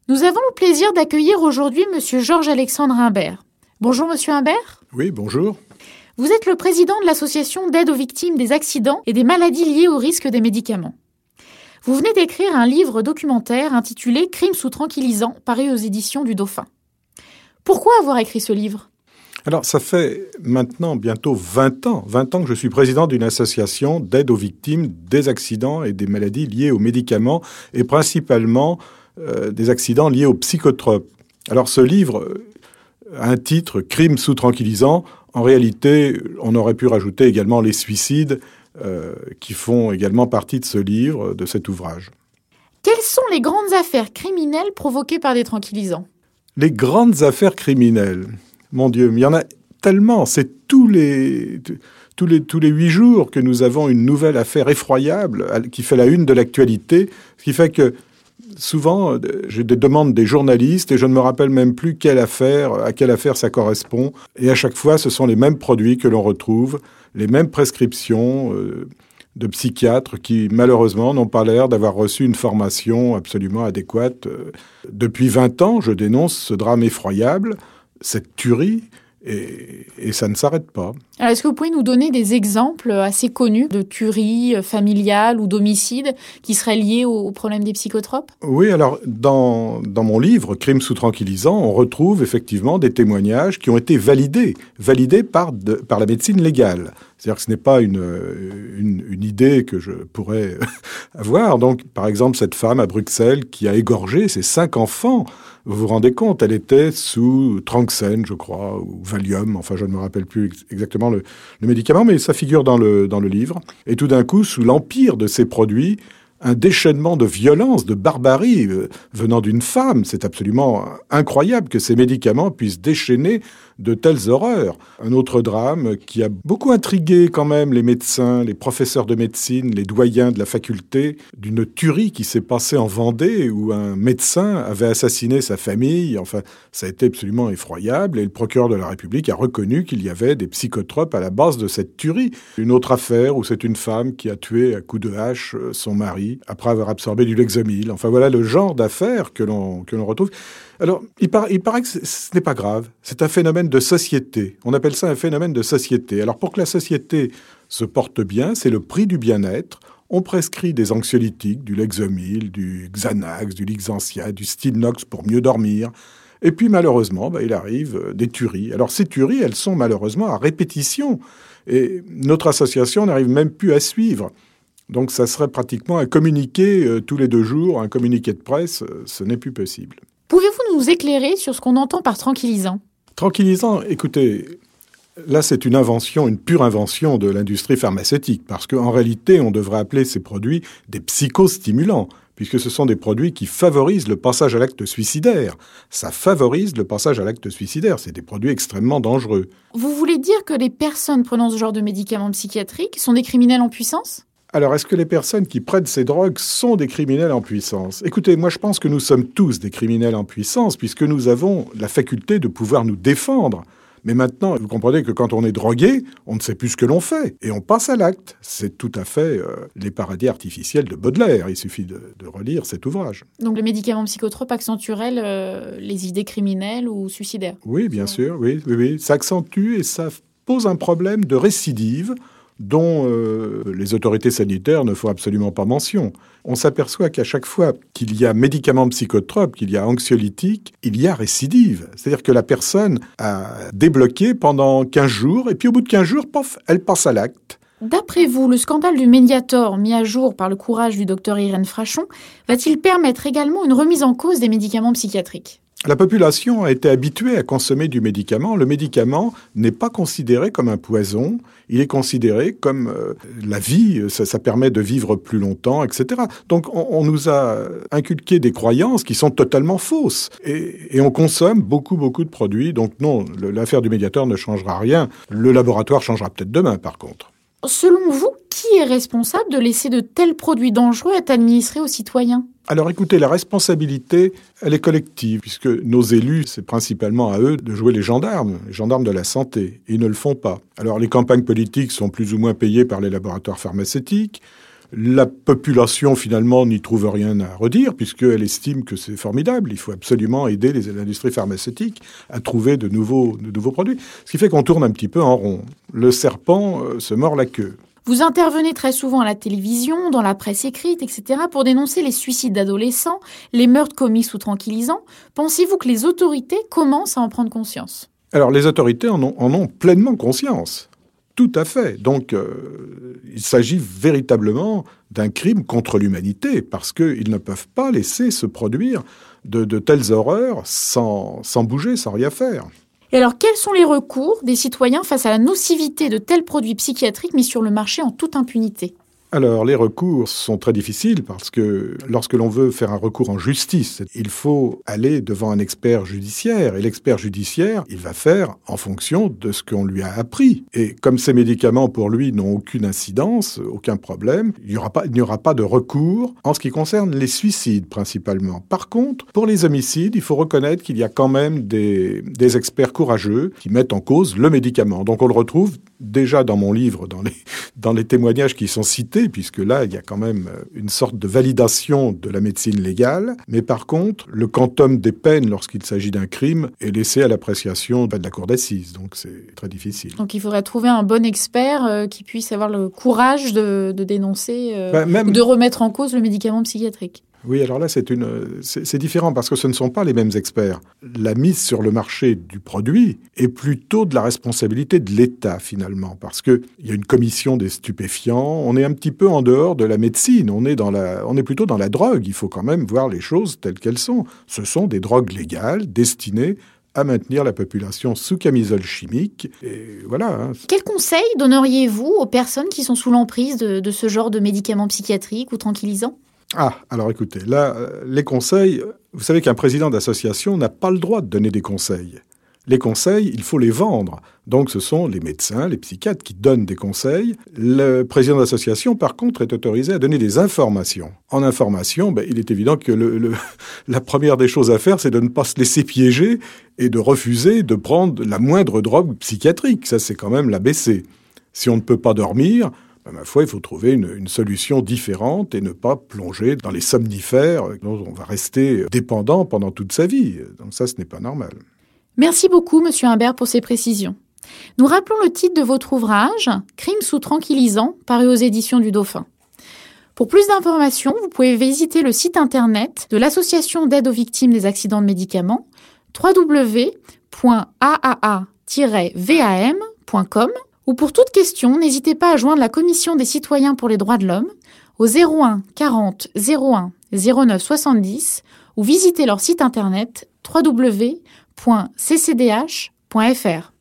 Nous avons le plaisir d'accueillir aujourd'hui Monsieur Georges-Alexandre Humbert. Bonjour Monsieur Humbert. Oui, bonjour. Vous êtes le président de l'association d'aide aux victimes des accidents et des maladies liées au risque des médicaments. Vous venez d'écrire un livre documentaire intitulé « Crimes sous tranquillisants » paru aux éditions du Dauphin. Pourquoi avoir écrit ce livre ? Alors, ça fait maintenant bientôt 20 ans que je suis président d'une association d'aide aux victimes des accidents et des maladies liées aux médicaments et principalement des accidents liés aux psychotropes. Alors, ce livre a un titre « Crimes sous tranquillisants ». En réalité, on aurait pu rajouter également les suicides qui font également partie de ce livre, de cet ouvrage. Quelles sont les grandes affaires criminelles provoquées par des tranquillisants ? Les grandes affaires criminelles, mon Dieu, mais il y en a tellement. C'est tous les 8 jours que nous avons une nouvelle affaire effroyable qui fait la une de l'actualité, ce qui fait que souvent, j'ai des demandes des journalistes et je ne me rappelle même plus à quelle affaire ça correspond. Et à chaque fois, ce sont les mêmes produits que l'on retrouve, les mêmes prescriptions de psychiatres qui, malheureusement, n'ont pas l'air d'avoir reçu une formation absolument adéquate. Depuis 20 ans, je dénonce ce drame effroyable, cette tuerie, et ça ne s'arrête pas. Alors, est-ce que vous pouvez nous donner des exemples assez connus de tueries familiales ou d'homicides qui seraient liés au problème des psychotropes ? Oui, alors dans mon livre « Crimes sous tranquillisants », on retrouve effectivement des témoignages qui ont été validés par la médecine légale. C'est-à-dire que ce n'est pas une idée que je pourrais avoir. Donc, par exemple, cette femme à Bruxelles qui a égorgé ses 5 enfants, vous vous rendez compte, elle était sous Tranxène, je crois, ou Valium, enfin je ne me rappelle plus exactement le médicament, mais ça figure dans le livre. Et tout d'un coup, sous l'empire de ces produits, un déchaînement de violence, de barbarie venant d'une femme. C'est absolument incroyable que ces médicaments puissent déchaîner de telles horreurs. Un autre drame qui a beaucoup intrigué quand même les médecins, les professeurs de médecine, les doyens de la faculté, d'une tuerie qui s'est passée en Vendée où un médecin avait assassiné sa famille. Enfin, ça a été absolument effroyable et le procureur de la République a reconnu qu'il y avait des psychotropes à la base de cette tuerie. Une autre affaire où c'est une femme qui a tué à coups de hache son mari après avoir absorbé du Lexomil. Enfin, voilà le genre d'affaires que l'on retrouve. Alors, il paraît que ce n'est pas grave. C'est un phénomène de société. On appelle ça un phénomène de société. Alors, pour que la société se porte bien, c'est le prix du bien-être. On prescrit des anxiolytiques, du Lexomil, du Xanax, du Lixantia, du Stilnox pour mieux dormir. Et puis, malheureusement, il arrive des tueries. Alors, ces tueries, elles sont malheureusement à répétition. Et notre association n'arrive même plus à suivre. Donc, ça serait pratiquement un communiqué tous les 2 jours, un communiqué de presse. Ce n'est plus possible. Pouvez-vous nous éclairer sur ce qu'on entend par tranquillisant ? Tranquillisant, écoutez, là c'est une invention, une pure invention de l'industrie pharmaceutique, parce qu'en réalité on devrait appeler ces produits des psychostimulants, puisque ce sont des produits qui favorisent le passage à l'acte suicidaire. Ça favorise le passage à l'acte suicidaire, c'est des produits extrêmement dangereux. Vous voulez dire que les personnes prenant ce genre de médicaments psychiatriques sont des criminels en puissance ? Alors, est-ce que les personnes qui prennent ces drogues sont des criminels en puissance ? Écoutez, moi je pense que nous sommes tous des criminels en puissance, puisque nous avons la faculté de pouvoir nous défendre. Mais maintenant, vous comprenez que quand on est drogué, on ne sait plus ce que l'on fait. Et on passe à l'acte. C'est tout à fait les paradis artificiels de Baudelaire. Il suffit de relire cet ouvrage. Donc le médicament psychotrope accentuerait les idées criminelles ou suicidaires ? Oui, bien sûr. Oui. Ça accentue et ça pose un problème de récidive dont les autorités sanitaires ne font absolument pas mention. On s'aperçoit qu'à chaque fois qu'il y a médicaments psychotropes, qu'il y a anxiolytiques, il y a récidive. C'est-à-dire que la personne a débloqué pendant 15 jours, et puis au bout de 15 jours, pof, elle passe à l'acte. D'après vous, le scandale du Mediator mis à jour par le courage du docteur Irène Frachon va-t-il permettre également une remise en cause des médicaments psychiatriques ? La population a été habituée à consommer du médicament. Le médicament n'est pas considéré comme un poison. Il est considéré comme la vie. Ça permet de vivre plus longtemps, etc. Donc, on nous a inculqué des croyances qui sont totalement fausses. Et on consomme beaucoup de produits. Donc, non, l'affaire du Mediator ne changera rien. Le laboratoire changera peut-être demain, par contre. Selon vous, qui est responsable de laisser de tels produits dangereux être administrés aux citoyens ? Alors écoutez, la responsabilité, elle est collective, puisque nos élus, c'est principalement à eux de jouer les gendarmes de la santé, et ils ne le font pas. Alors les campagnes politiques sont plus ou moins payées par les laboratoires pharmaceutiques, La population, finalement, n'y trouve rien à redire, puisqu'elle estime que c'est formidable. Il faut absolument aider l'industrie pharmaceutique à trouver de nouveaux produits. Ce qui fait qu'on tourne un petit peu en rond. Le serpent se mord la queue. Vous intervenez très souvent à la télévision, dans la presse écrite, etc., pour dénoncer les suicides d'adolescents, les meurtres commis sous tranquillisants. Pensez-vous que les autorités commencent à en prendre conscience ? Alors, les autorités en ont pleinement conscience. Tout à fait. Donc, il s'agit véritablement d'un crime contre l'humanité, parce qu'ils ne peuvent pas laisser se produire de telles horreurs sans bouger, sans rien faire. Et alors, quels sont les recours des citoyens face à la nocivité de tels produits psychiatriques mis sur le marché en toute impunité ? Alors, les recours sont très difficiles parce que lorsque l'on veut faire un recours en justice, il faut aller devant un expert judiciaire. Et l'expert judiciaire, il va faire en fonction de ce qu'on lui a appris. Et comme ces médicaments, pour lui, n'ont aucune incidence, aucun problème, il n'y aura pas de recours en ce qui concerne les suicides principalement. Par contre, pour les homicides, il faut reconnaître qu'il y a quand même des experts courageux qui mettent en cause le médicament. Donc on le retrouve déjà dans mon livre, dans les témoignages qui sont cités, puisque là, il y a quand même une sorte de validation de la médecine légale. Mais par contre, le quantum des peines lorsqu'il s'agit d'un crime est laissé à l'appréciation de la cour d'assises. Donc c'est très difficile. Donc il faudrait trouver un bon expert qui puisse avoir le courage de dénoncer ou de remettre en cause le médicament psychiatrique. Oui, alors là, c'est différent parce que ce ne sont pas les mêmes experts. La mise sur le marché du produit est plutôt de la responsabilité de l'État, finalement, parce qu'il y a une commission des stupéfiants. On est un petit peu en dehors de la médecine. On est plutôt dans la drogue. Il faut quand même voir les choses telles qu'elles sont. Ce sont des drogues légales destinées à maintenir la population sous camisole chimique. Et voilà. Quels conseils donneriez-vous aux personnes qui sont sous l'emprise de ce genre de médicaments psychiatriques ou tranquillisants ? Alors écoutez, là, les conseils, vous savez qu'un président d'association n'a pas le droit de donner des conseils. Les conseils, il faut les vendre. Donc ce sont les médecins, les psychiatres qui donnent des conseils. Le président d'association, par contre, est autorisé à donner des informations. En information, il est évident que la première des choses à faire, c'est de ne pas se laisser piéger et de refuser de prendre la moindre drogue psychiatrique. Ça, c'est quand même l'ABC. Si on ne peut pas dormir, ma foi, il faut trouver une solution différente et ne pas plonger dans les somnifères dont on va rester dépendant pendant toute sa vie. Donc ça, ce n'est pas normal. Merci beaucoup, Monsieur Imbert, pour ces précisions. Nous rappelons le titre de votre ouvrage, « Crimes sous tranquillisants », paru aux éditions du Dauphin. Pour plus d'informations, vous pouvez visiter le site internet de l'Association d'aide aux victimes des accidents de médicaments, www.aaa-vam.com. Ou pour toute question, n'hésitez pas à joindre la Commission des citoyens pour les droits de l'homme au 01 40 01 09 70 ou visitez leur site internet www.ccdh.fr.